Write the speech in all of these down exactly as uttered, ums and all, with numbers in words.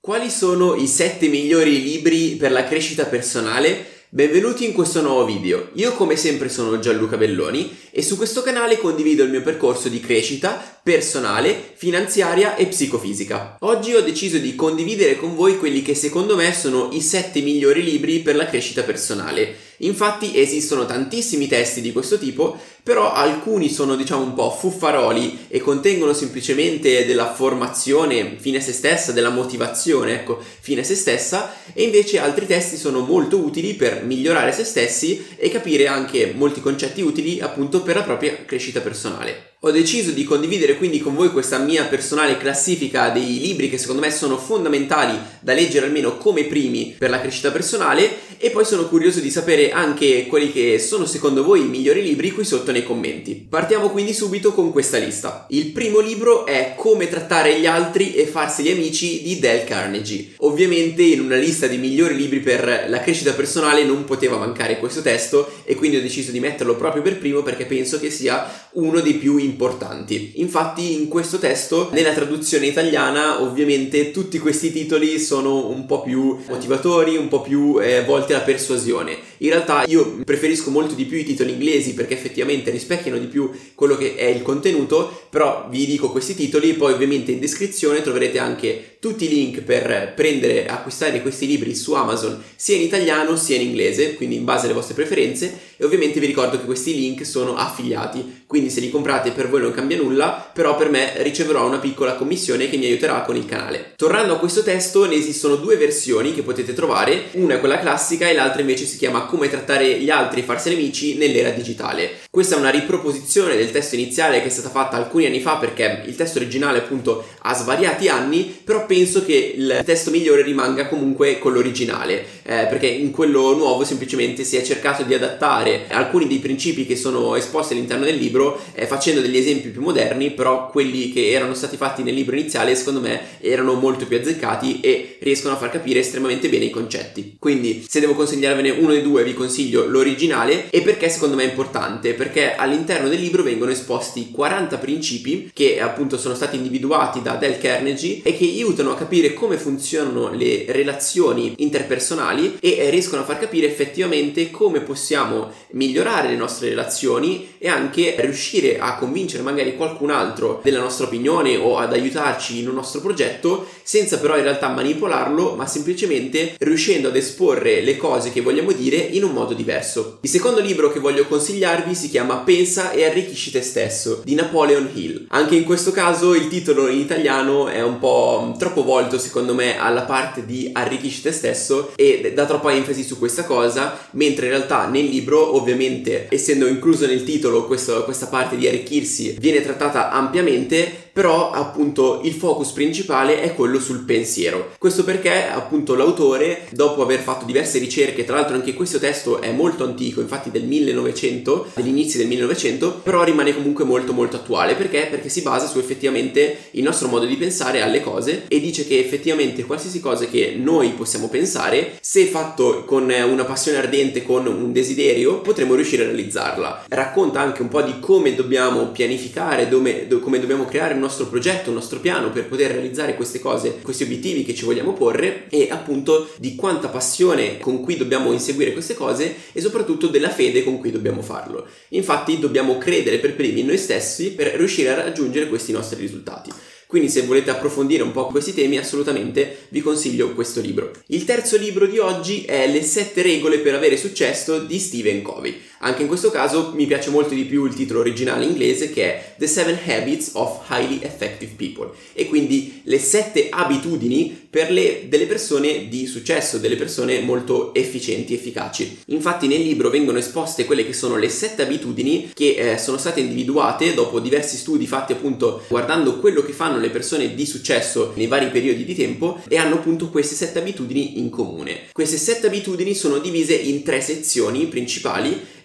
Quali sono i sette migliori libri per la crescita personale? Benvenuti in questo nuovo video. Io come sempre sono Gianluca Belloni e su questo canale condivido il mio percorso di crescita personale, finanziaria e psicofisica. Oggi ho deciso di condividere con voi quelli che secondo me sono i sette migliori libri per la crescita personale. Infatti esistono tantissimi testi di questo tipo, però alcuni sono diciamo un po' fuffaroli e contengono semplicemente della formazione fine a se stessa, della motivazione, ecco, fine a se stessa, e invece altri testi sono molto utili per migliorare se stessi e capire anche molti concetti utili appunto per la propria crescita personale. Ho deciso di condividere quindi con voi questa mia personale classifica dei libri che secondo me sono fondamentali da leggere almeno come primi per la crescita personale, e poi sono curioso di sapere anche quelli che sono secondo voi i migliori libri qui sotto nei commenti. Partiamo quindi subito con questa lista. Il primo libro è Come trattare gli altri e farseli amici di Dale Carnegie. Ovviamente in una lista di migliori libri per la crescita personale non poteva mancare questo testo e quindi ho deciso di metterlo proprio per primo perché penso che sia uno dei più importanti. Infatti in questo testo, nella traduzione italiana, ovviamente tutti questi titoli sono un po' più motivatori, un po' più eh, volti alla persuasione. In realtà io preferisco molto di più i titoli inglesi perché effettivamente rispecchiano di più quello che è il contenuto, però vi dico questi titoli, poi ovviamente in descrizione troverete anche tutti i link per prendere e acquistare questi libri su Amazon sia in italiano sia in inglese, quindi in base alle vostre preferenze, e ovviamente vi ricordo che questi link sono affiliati, quindi se li comprate per voi non cambia nulla, però per me riceverò una piccola commissione che mi aiuterà con il canale. Tornando a questo testo, ne esistono due versioni che potete trovare, una è quella classica e l'altra invece si chiama Come trattare gli altri e farseli amici nell'era digitale. Questa è una riproposizione del testo iniziale che è stata fatta alcuni anni fa perché il testo originale appunto ha svariati anni, però penso che il testo migliore rimanga comunque con l'originale, eh, perché in quello nuovo semplicemente si è cercato di adattare alcuni dei principi che sono esposti all'interno del libro, eh, facendo degli esempi più moderni, però quelli che erano stati fatti nel libro iniziale secondo me erano molto più azzeccati e riescono a far capire estremamente bene i concetti. Quindi se devo consigliarvene uno dei due vi consiglio l'originale. E perché secondo me è importante? Perché all'interno del libro vengono esposti quaranta principi che appunto sono stati individuati da Dale Carnegie e che aiutano a capire come funzionano le relazioni interpersonali e riescono a far capire effettivamente come possiamo migliorare le nostre relazioni e anche riuscire a convincere magari qualcun altro della nostra opinione o ad aiutarci in un nostro progetto, senza però in realtà manipolarlo, ma semplicemente riuscendo ad esporre le cose che vogliamo dire in un modo diverso. Il secondo libro che voglio consigliarvi si chiama Pensa e arricchisci te stesso di Napoleon Hill. Anche in questo caso il titolo in italiano è un po' troppo volto secondo me alla parte di arricchisci te stesso e dà troppa enfasi su questa cosa, mentre in realtà nel libro, ovviamente essendo incluso nel titolo questo, questa parte di arricchirsi viene trattata ampiamente, però appunto il focus principale è quello sul pensiero. Questo perché appunto l'autore, dopo aver fatto diverse ricerche, tra l'altro anche questo testo è molto antico, infatti del millenovecento, degli inizi del millenovecento, però rimane comunque molto molto attuale. Perché? Perché si basa su effettivamente il nostro modo di pensare alle cose e dice che effettivamente qualsiasi cosa che noi possiamo pensare, se fatto con una passione ardente, con un desiderio, potremo riuscire a realizzarla. Racconta anche un po' di come dobbiamo pianificare, dove, do, come dobbiamo creare un nostro progetto, un nostro piano per poter realizzare queste cose, questi obiettivi che ci vogliamo porre, e appunto di quanta passione con cui dobbiamo inseguire queste cose e soprattutto della fede con cui dobbiamo farlo. Infatti dobbiamo credere per primi in noi stessi per riuscire a raggiungere questi nostri risultati. Quindi se volete approfondire un po' questi temi, assolutamente vi consiglio questo libro. Il terzo libro di oggi è Le sette regole per avere successo di Stephen Covey. Anche in questo caso mi piace molto di più il titolo originale inglese, che è The Seven Habits of Highly Effective People, e quindi le sette abitudini per le, delle persone di successo, delle persone molto efficienti, efficaci. Infatti nel libro vengono esposte quelle che sono le sette abitudini che eh, sono state individuate dopo diversi studi fatti appunto guardando quello che fanno le persone di successo nei vari periodi di tempo, e hanno appunto queste sette abitudini in comune. Queste sette abitudini sono divise in tre sezioni principali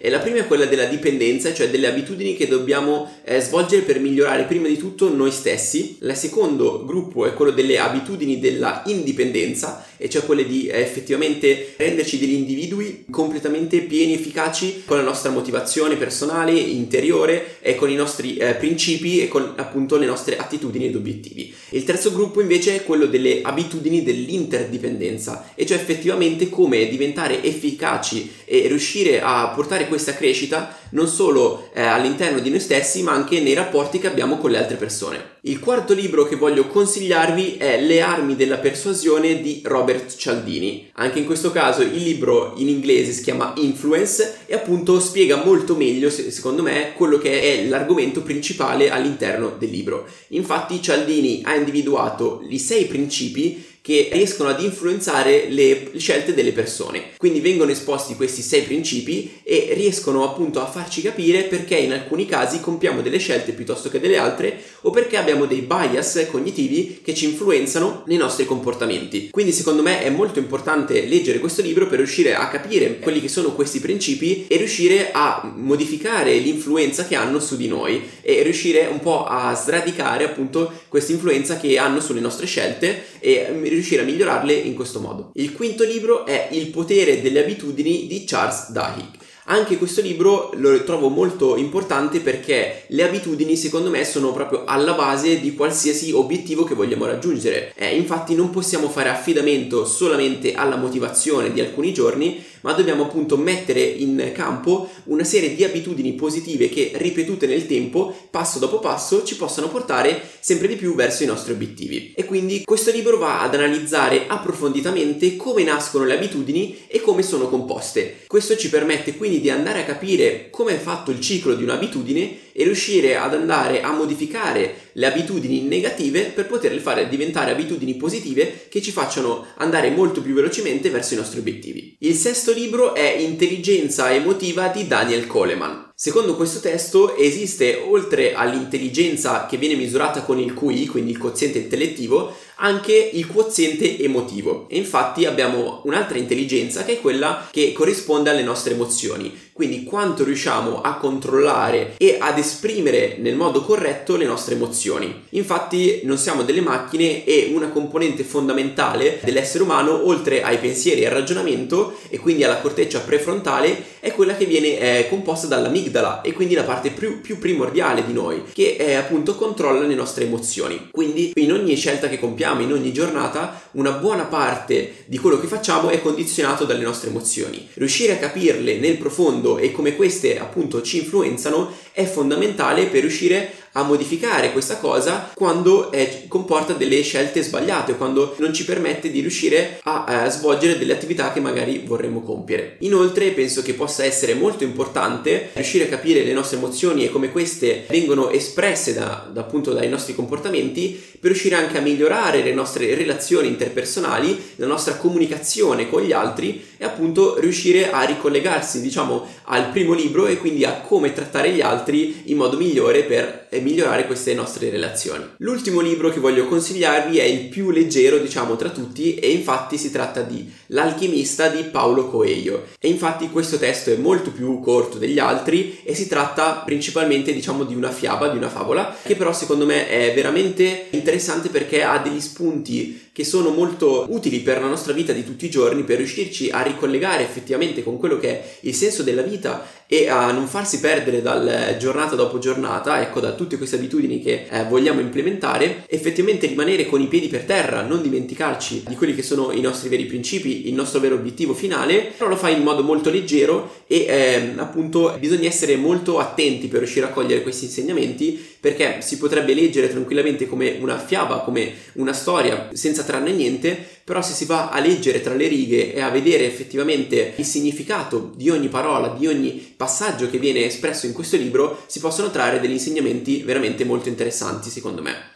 E la prima è quella della dipendenza, cioè delle abitudini che dobbiamo eh, svolgere per migliorare prima di tutto noi stessi. Il secondo gruppo è quello delle abitudini della indipendenza, e cioè quelle di eh, effettivamente renderci degli individui completamente pieni, efficaci con la nostra motivazione personale, interiore, e con i nostri eh, principi e con appunto le nostre attitudini ed obiettivi. Il terzo gruppo invece è quello delle abitudini dell'interdipendenza, e cioè effettivamente come diventare efficaci e riuscire a portare questa crescita non solo eh, all'interno di noi stessi, ma anche nei rapporti che abbiamo con le altre persone. Il quarto libro che voglio consigliarvi è Le armi della persuasione di Robert Cialdini. Anche in questo caso il libro in inglese si chiama Influence e appunto spiega molto meglio, secondo me, quello che è l'argomento principale all'interno del libro. Infatti Cialdini ha individuato i sei principi che riescono ad influenzare le scelte delle persone. Quindi vengono esposti questi sei principi e riescono appunto a farci capire perché in alcuni casi compiamo delle scelte piuttosto che delle altre, o perché abbiamo dei bias cognitivi che ci influenzano nei nostri comportamenti. Quindi secondo me è molto importante leggere questo libro per riuscire a capire quelli che sono questi principi e riuscire a modificare l'influenza che hanno su di noi e riuscire un po' a sradicare appunto questa influenza che hanno sulle nostre scelte e riuscire a migliorarle in questo modo. Il quinto libro è Il potere delle abitudini di Charles Duhigg. Anche questo libro lo trovo molto importante perché le abitudini secondo me sono proprio alla base di qualsiasi obiettivo che vogliamo raggiungere. Eh, infatti non possiamo fare affidamento solamente alla motivazione di alcuni giorni, ma dobbiamo appunto mettere in campo una serie di abitudini positive che, ripetute nel tempo, passo dopo passo, ci possano portare sempre di più verso i nostri obiettivi. E quindi questo libro va ad analizzare approfonditamente come nascono le abitudini e come sono composte. Questo ci permette quindi di andare a capire come è fatto il ciclo di un'abitudine e riuscire ad andare a modificare le abitudini negative per poterle fare diventare abitudini positive che ci facciano andare molto più velocemente verso i nostri obiettivi. Il sesto libro è Intelligenza emotiva di Daniel Goleman. Secondo questo testo esiste, oltre all'intelligenza che viene misurata con il Q I, quindi il quoziente intellettivo, anche il quoziente emotivo. E infatti abbiamo un'altra intelligenza che è quella che corrisponde alle nostre emozioni, quindi quanto riusciamo a controllare e ad esprimere nel modo corretto le nostre emozioni. Infatti non siamo delle macchine e una componente fondamentale dell'essere umano, oltre ai pensieri e al ragionamento e quindi alla corteccia prefrontale, è quella che viene eh, composta dall'amigdala, e quindi la parte più, più primordiale di noi, che eh, appunto controlla le nostre emozioni. Quindi in ogni scelta che compiamo, in ogni giornata, una buona parte di quello che facciamo è condizionato dalle nostre emozioni. Riuscire a capirle nel profondo e come queste appunto ci influenzano è fondamentale per riuscire a modificare questa cosa quando eh, comporta delle scelte sbagliate o quando non ci permette di riuscire a, a svolgere delle attività che magari vorremmo compiere. Inoltre penso che possa essere molto importante riuscire a capire le nostre emozioni e come queste vengono espresse da, da appunto dai nostri comportamenti, per riuscire anche a migliorare le nostre relazioni interpersonali, la nostra comunicazione con gli altri e appunto riuscire a ricollegarsi, diciamo, al primo libro e quindi a come trattare gli altri in modo migliore per eh, migliorare queste nostre relazioni. L'ultimo libro che voglio consigliarvi è il più leggero, diciamo, tra tutti, e infatti si tratta di L'alchimista di Paulo Coelho. E infatti questo testo è molto più corto degli altri e si tratta principalmente, diciamo, di una fiaba, di una favola, che però secondo me è veramente interessante perché ha degli spunti che sono molto utili per la nostra vita di tutti i giorni, per riuscirci a ricollegare effettivamente con quello che è il senso della vita e a non farsi perdere dal giornata dopo giornata, ecco, da tutte queste abitudini che eh, vogliamo implementare, effettivamente rimanere con i piedi per terra, non dimenticarci di quelli che sono i nostri veri principi, il nostro vero obiettivo finale, però lo fa in modo molto leggero e eh, appunto bisogna essere molto attenti per riuscire a cogliere questi insegnamenti, perché si potrebbe leggere tranquillamente come una fiaba, come una storia senza trarne niente, però se si va a leggere tra le righe e a vedere effettivamente il significato di ogni parola, di ogni passaggio che viene espresso in questo libro, si possono trarre degli insegnamenti veramente molto interessanti, secondo me.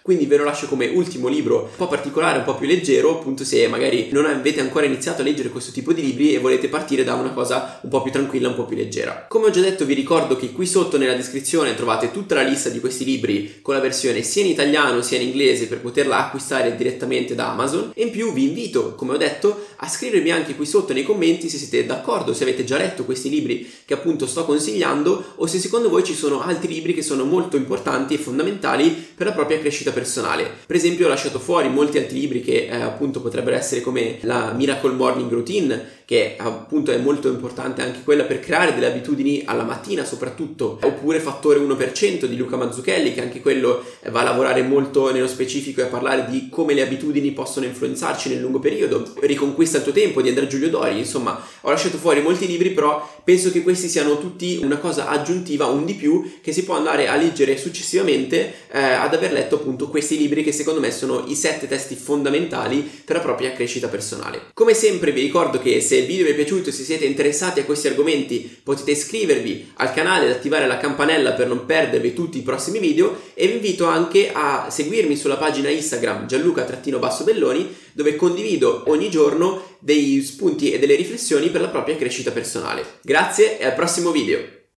quindi ve lo lascio come ultimo libro un po' particolare, un po' più leggero, appunto se magari non avete ancora iniziato a leggere questo tipo di libri e volete partire da una cosa un po' più tranquilla, un po' più leggera. Come ho già detto, vi ricordo che qui sotto nella descrizione trovate tutta la lista di questi libri con la versione sia in italiano sia in inglese per poterla acquistare direttamente da Amazon, e in più vi invito, come ho detto, a scrivermi anche qui sotto nei commenti se siete d'accordo, se avete già letto questi libri che appunto sto consigliando, o se secondo voi ci sono altri libri che sono molto importanti e fondamentali per la propria crescita personale. Per esempio ho lasciato fuori molti altri libri che eh, appunto potrebbero essere come la Miracle Morning Routine, che appunto è molto importante anche quella per creare delle abitudini alla mattina soprattutto, oppure Fattore uno per cento di Luca Mazzucchelli, che anche quello va a lavorare molto nello specifico e a parlare di come le abitudini possono influenzarci nel lungo periodo, Riconquista il tuo tempo di Andrea Giulio Dori. Insomma, ho lasciato fuori molti libri, però penso che questi siano tutti una cosa aggiuntiva, un di più, che si può andare a leggere successivamente eh, ad aver letto appunto questi libri che secondo me sono i sette testi fondamentali per la propria crescita personale. Come sempre vi ricordo che se il video vi è piaciuto e se siete interessati a questi argomenti potete iscrivervi al canale ed attivare la campanella per non perdervi tutti i prossimi video, e vi invito anche a seguirmi sulla pagina Instagram Gianluca-Belloni, dove condivido ogni giorno dei spunti e delle riflessioni per la propria crescita personale. Grazie e al prossimo video!